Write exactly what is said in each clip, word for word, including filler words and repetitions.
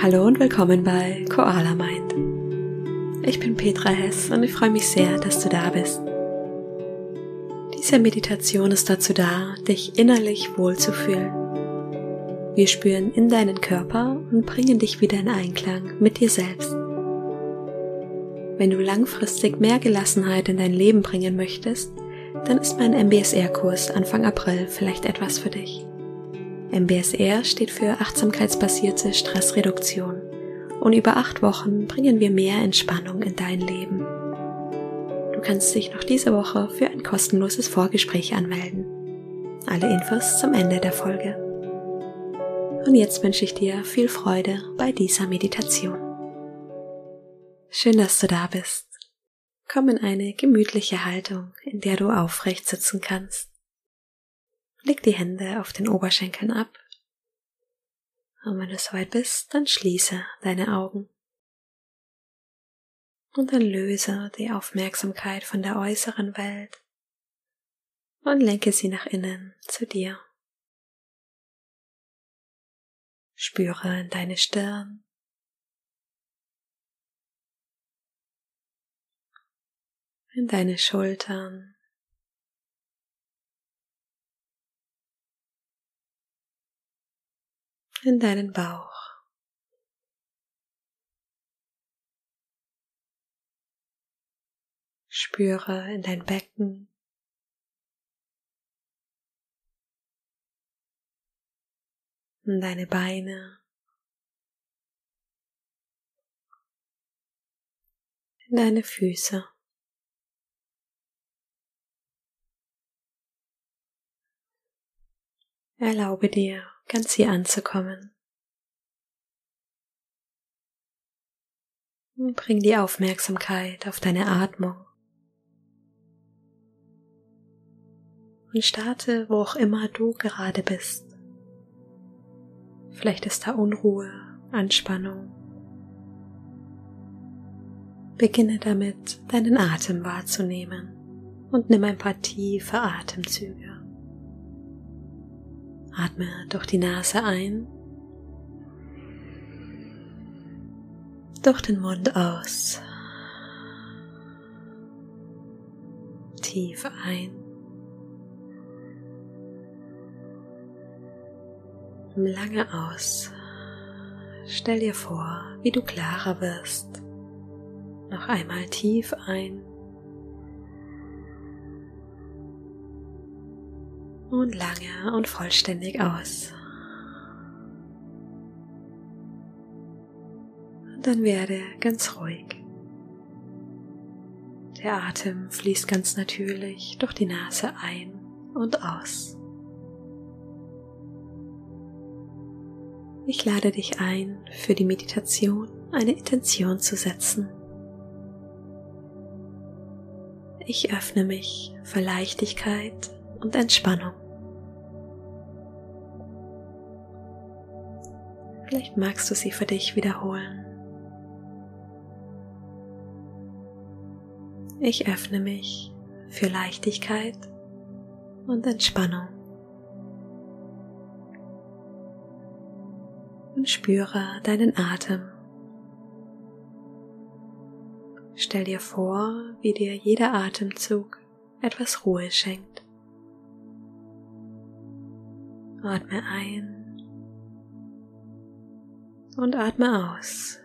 Hallo und willkommen bei Koala Mind. Ich bin Petra Hess und ich freue mich sehr, dass du da bist. Diese Meditation ist dazu da, dich innerlich wohlzufühlen. Wir spüren in deinen Körper und bringen dich wieder in Einklang mit dir selbst. Wenn du langfristig mehr Gelassenheit in dein Leben bringen möchtest, dann ist mein M B S R-Kurs Anfang April vielleicht etwas für dich. M B S R steht für achtsamkeitsbasierte Stressreduktion und über acht Wochen bringen wir mehr Entspannung in dein Leben. Du kannst dich noch diese Woche für ein kostenloses Vorgespräch anmelden. Alle Infos zum Ende der Folge. Und jetzt wünsche ich dir viel Freude bei dieser Meditation. Schön, dass du da bist. Komm in eine gemütliche Haltung, in der du aufrecht sitzen kannst. Leg die Hände auf den Oberschenkeln ab. Und wenn du soweit bist, dann schließe deine Augen. Und dann löse die Aufmerksamkeit von der äußeren Welt und lenke sie nach innen zu dir. Spüre in deine Stirn, in deine Schultern, in deinen Bauch. Spüre in dein Becken, in deine Beine, in deine Füße. Erlaube dir, ganz hier anzukommen. Und bring die Aufmerksamkeit auf deine Atmung. Und starte, wo auch immer du gerade bist. Vielleicht ist da Unruhe, Anspannung. Beginne damit, deinen Atem wahrzunehmen und nimm ein paar tiefe Atemzüge. Atme durch die Nase ein, durch den Mund aus, tief ein, lange aus. Stell dir vor, wie du klarer wirst. Noch einmal tief ein und lange und vollständig aus. Und dann werde ganz ruhig. Der Atem fließt ganz natürlich durch die Nase ein und aus. Ich lade dich ein, für die Meditation eine Intention zu setzen. Ich öffne mich für Leichtigkeit und Entspannung. Vielleicht magst du sie für dich wiederholen. Ich öffne mich für Leichtigkeit und Entspannung. Und spüre deinen Atem. Stell dir vor, wie dir jeder Atemzug etwas Ruhe schenkt. Atme ein und atme aus.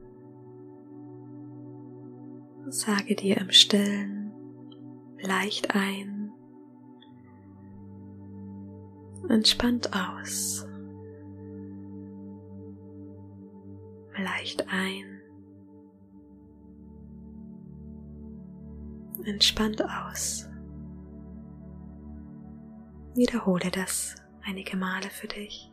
Sage dir im Stillen leicht ein, entspannt aus. Leicht ein, entspannt aus. Wiederhole das einige Male für dich.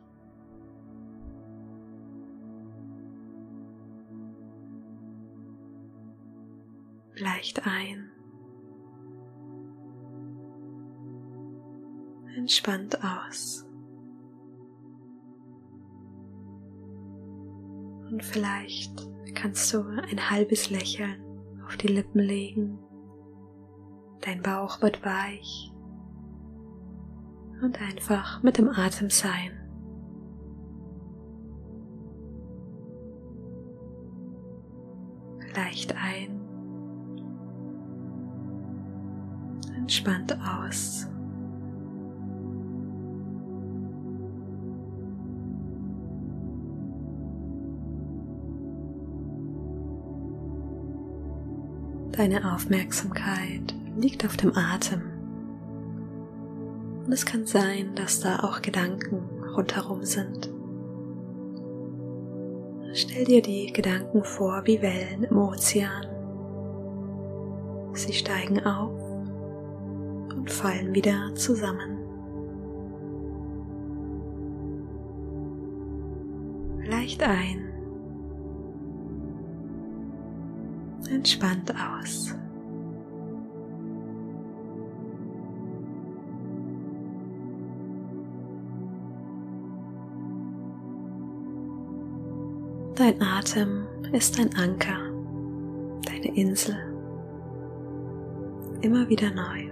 Leicht ein, entspannt aus. Und vielleicht kannst du ein halbes Lächeln auf die Lippen legen. Dein Bauch wird weich und einfach mit dem Atem sein. leicht ein, entspannt aus. Deine Aufmerksamkeit liegt auf dem Atem. Und es kann sein, dass da auch Gedanken rundherum sind. Stell dir die Gedanken vor wie Wellen im Ozean. Sie steigen auf und fallen wieder zusammen. Leicht ein, entspannt aus. Dein Atem ist ein Anker, deine Insel, immer wieder neu.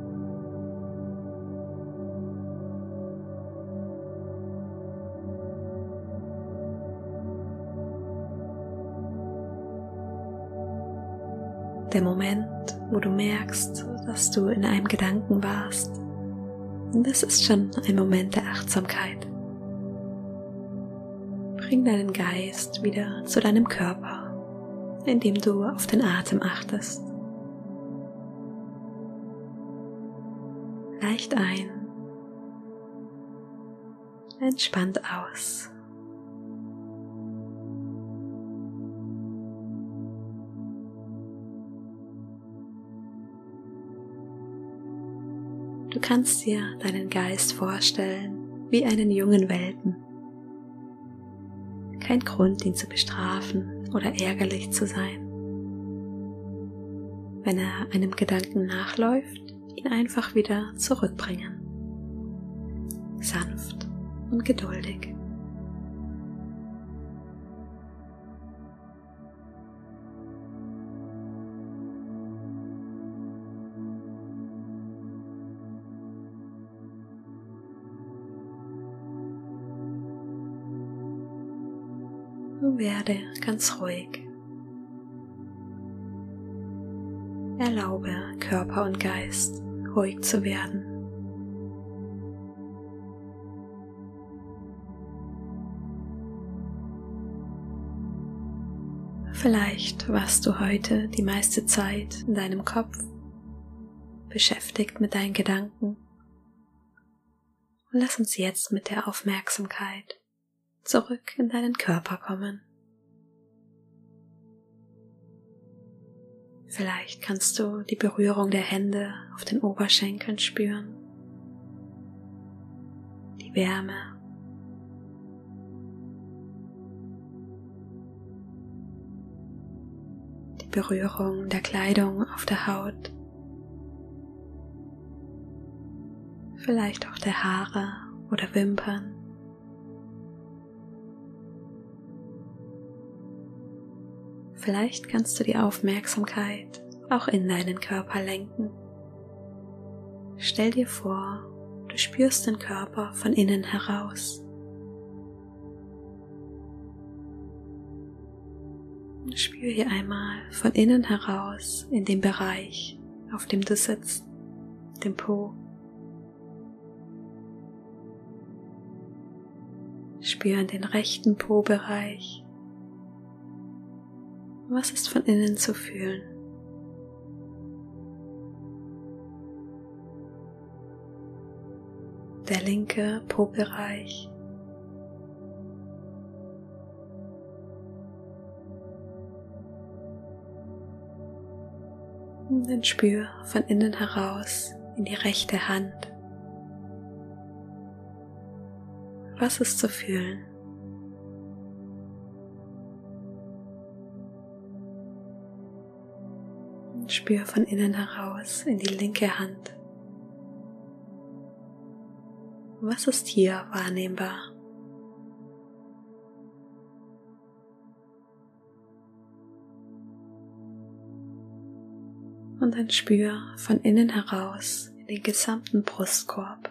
Der Moment, wo du merkst, dass du in einem Gedanken warst, das ist schon ein Moment der Achtsamkeit. Bring deinen Geist wieder zu deinem Körper, indem du auf den Atem achtest. Leicht ein, entspannt aus. Du kannst dir deinen Geist vorstellen wie einen jungen Welpen. Kein Grund, ihn zu bestrafen oder ärgerlich zu sein. Wenn er einem Gedanken nachläuft, ihn einfach wieder zurückbringen. Sanft und geduldig. Werde ganz ruhig. Erlaube Körper und Geist ruhig zu werden. Vielleicht warst du heute die meiste Zeit in deinem Kopf, beschäftigt mit deinen Gedanken. Und lass uns jetzt mit der Aufmerksamkeit zurück in deinen Körper kommen. Vielleicht kannst du die Berührung der Hände auf den Oberschenkeln spüren, die Wärme, die Berührung der Kleidung auf der Haut, vielleicht auch der Haare oder Wimpern. Vielleicht kannst du die Aufmerksamkeit auch in deinen Körper lenken. Stell dir vor, du spürst den Körper von innen heraus. Spür hier einmal von innen heraus in den Bereich, auf dem du sitzt, dem Po. Spür in den rechten Po-Bereich. Was ist von innen zu fühlen? Der linke Po-Bereich. Und dann spür von innen heraus in die rechte Hand. Was ist zu fühlen? Spür von innen heraus in die linke Hand. Was ist hier wahrnehmbar? Und dann spür von innen heraus in den gesamten Brustkorb.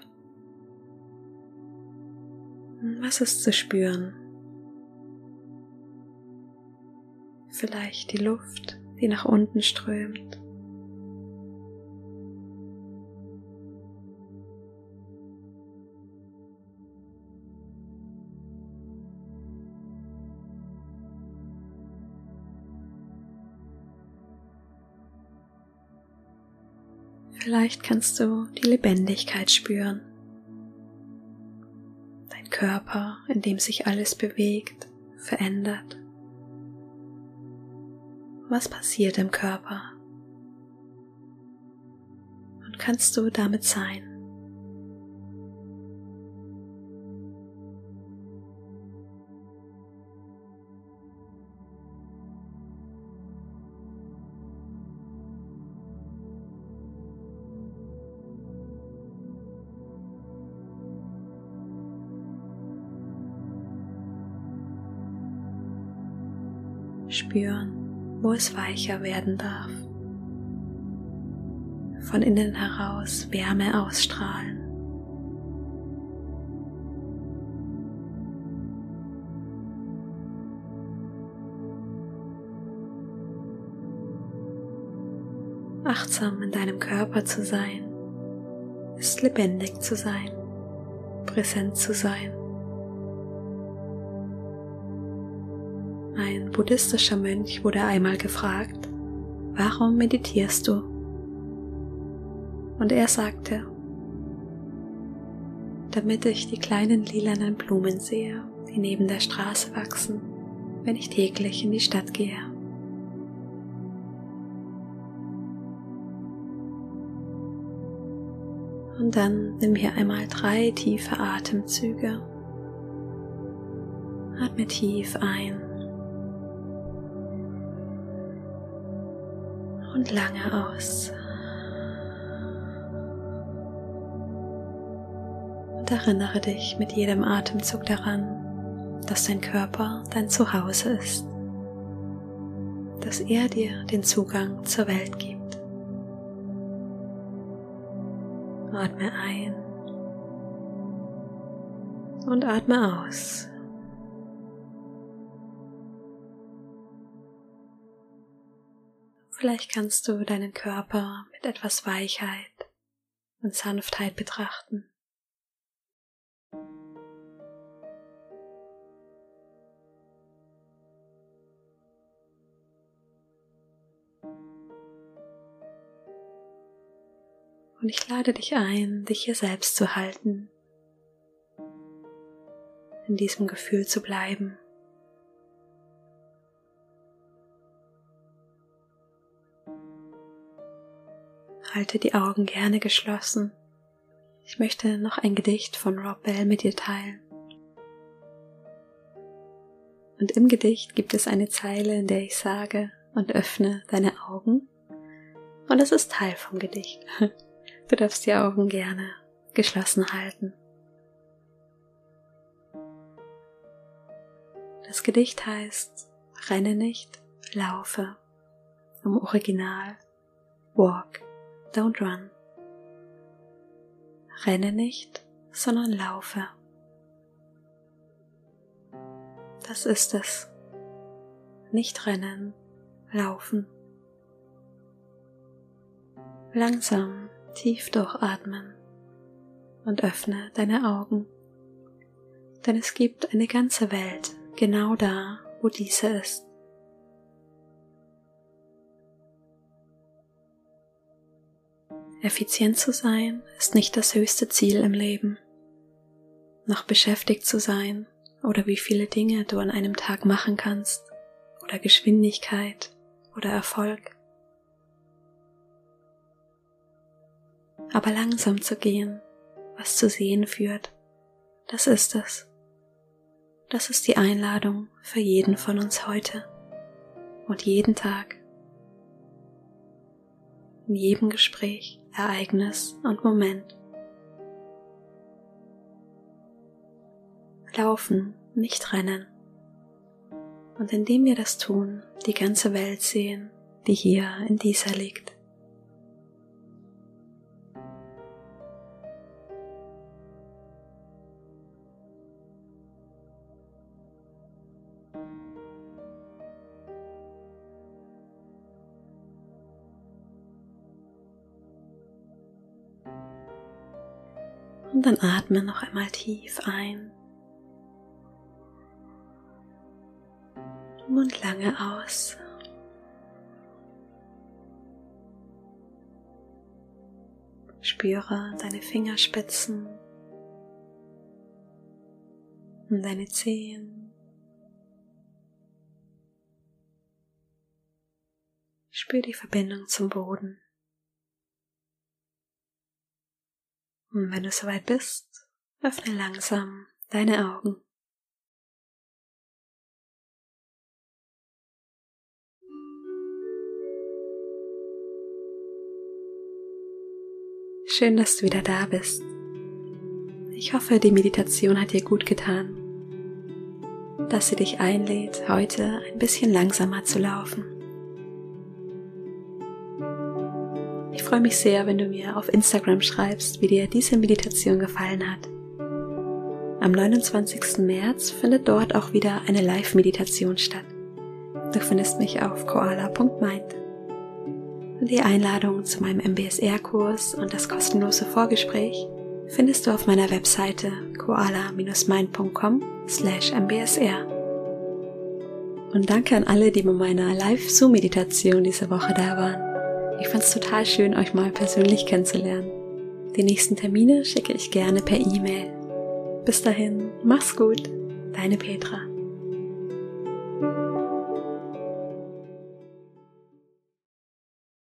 Was ist zu spüren? Vielleicht die Luft, die nach unten strömt. Vielleicht kannst du die Lebendigkeit spüren. Dein Körper, in dem sich alles bewegt, verändert. Was passiert im Körper? Und kannst du damit sein? Spüren, wo es weicher werden darf. Von innen heraus Wärme ausstrahlen. Achtsam in deinem Körper zu sein, ist lebendig zu sein, präsent zu sein. Ein buddhistischer Mönch wurde einmal gefragt, warum meditierst du? Und er sagte, damit ich die kleinen lilanen Blumen sehe, die neben der Straße wachsen, wenn ich täglich in die Stadt gehe. Und dann nimm hier einmal drei tiefe Atemzüge. Atme tief ein und lange aus. Und erinnere dich mit jedem Atemzug daran, dass dein Körper dein Zuhause ist, dass er dir den Zugang zur Welt gibt. Atme ein und atme aus. Vielleicht kannst du deinen Körper mit etwas Weichheit und Sanftheit betrachten. Und ich lade dich ein, dich hier selbst zu halten, in diesem Gefühl zu bleiben. Halte die Augen gerne geschlossen. Ich möchte noch ein Gedicht von Rob Bell mit dir teilen. Und im Gedicht gibt es eine Zeile, in der ich sage, und öffne deine Augen. Und es ist Teil vom Gedicht. Du darfst die Augen gerne geschlossen halten. Das Gedicht heißt, renne nicht, laufe. Im Original, walk, don't run. Renne nicht, sondern laufe. Das ist es. Nicht rennen, laufen. Langsam tief durchatmen und öffne deine Augen, denn es gibt eine ganze Welt genau da, wo diese ist. Effizient zu sein ist nicht das höchste Ziel im Leben. Noch beschäftigt zu sein oder wie viele Dinge du an einem Tag machen kannst oder Geschwindigkeit oder Erfolg. Aber langsam zu gehen, was zu sehen führt, das ist es. Das ist die Einladung für jeden von uns heute und jeden Tag. In jedem Gespräch, Ereignis und Moment. Laufen, nicht rennen. Und indem wir das tun, die ganze Welt sehen, die hier in dieser liegt. Und dann atme noch einmal tief ein und lange aus. Spüre deine Fingerspitzen und deine Zehen. Spür die Verbindung zum Boden. Und wenn du soweit bist, öffne langsam deine Augen. Schön, dass du wieder da bist. Ich hoffe, die Meditation hat dir gut getan, dass sie dich einlädt, heute ein bisschen langsamer zu laufen. Ich freue mich sehr, wenn du mir auf Instagram schreibst, wie dir diese Meditation gefallen hat. Am neunundzwanzigsten März findet dort auch wieder eine Live-Meditation statt. Du findest mich auf koala punkt mind. Die Einladung zu meinem M B S R-Kurs und das kostenlose Vorgespräch findest du auf meiner Webseite koala Bindestrich mind punkt com slash m b s r. Und danke an alle, die bei meiner Live-Zoom-Meditation diese Woche da waren. Ich fand es total schön, euch mal persönlich kennenzulernen. Die nächsten Termine schicke ich gerne per E-Mail. Bis dahin, mach's gut, deine Petra.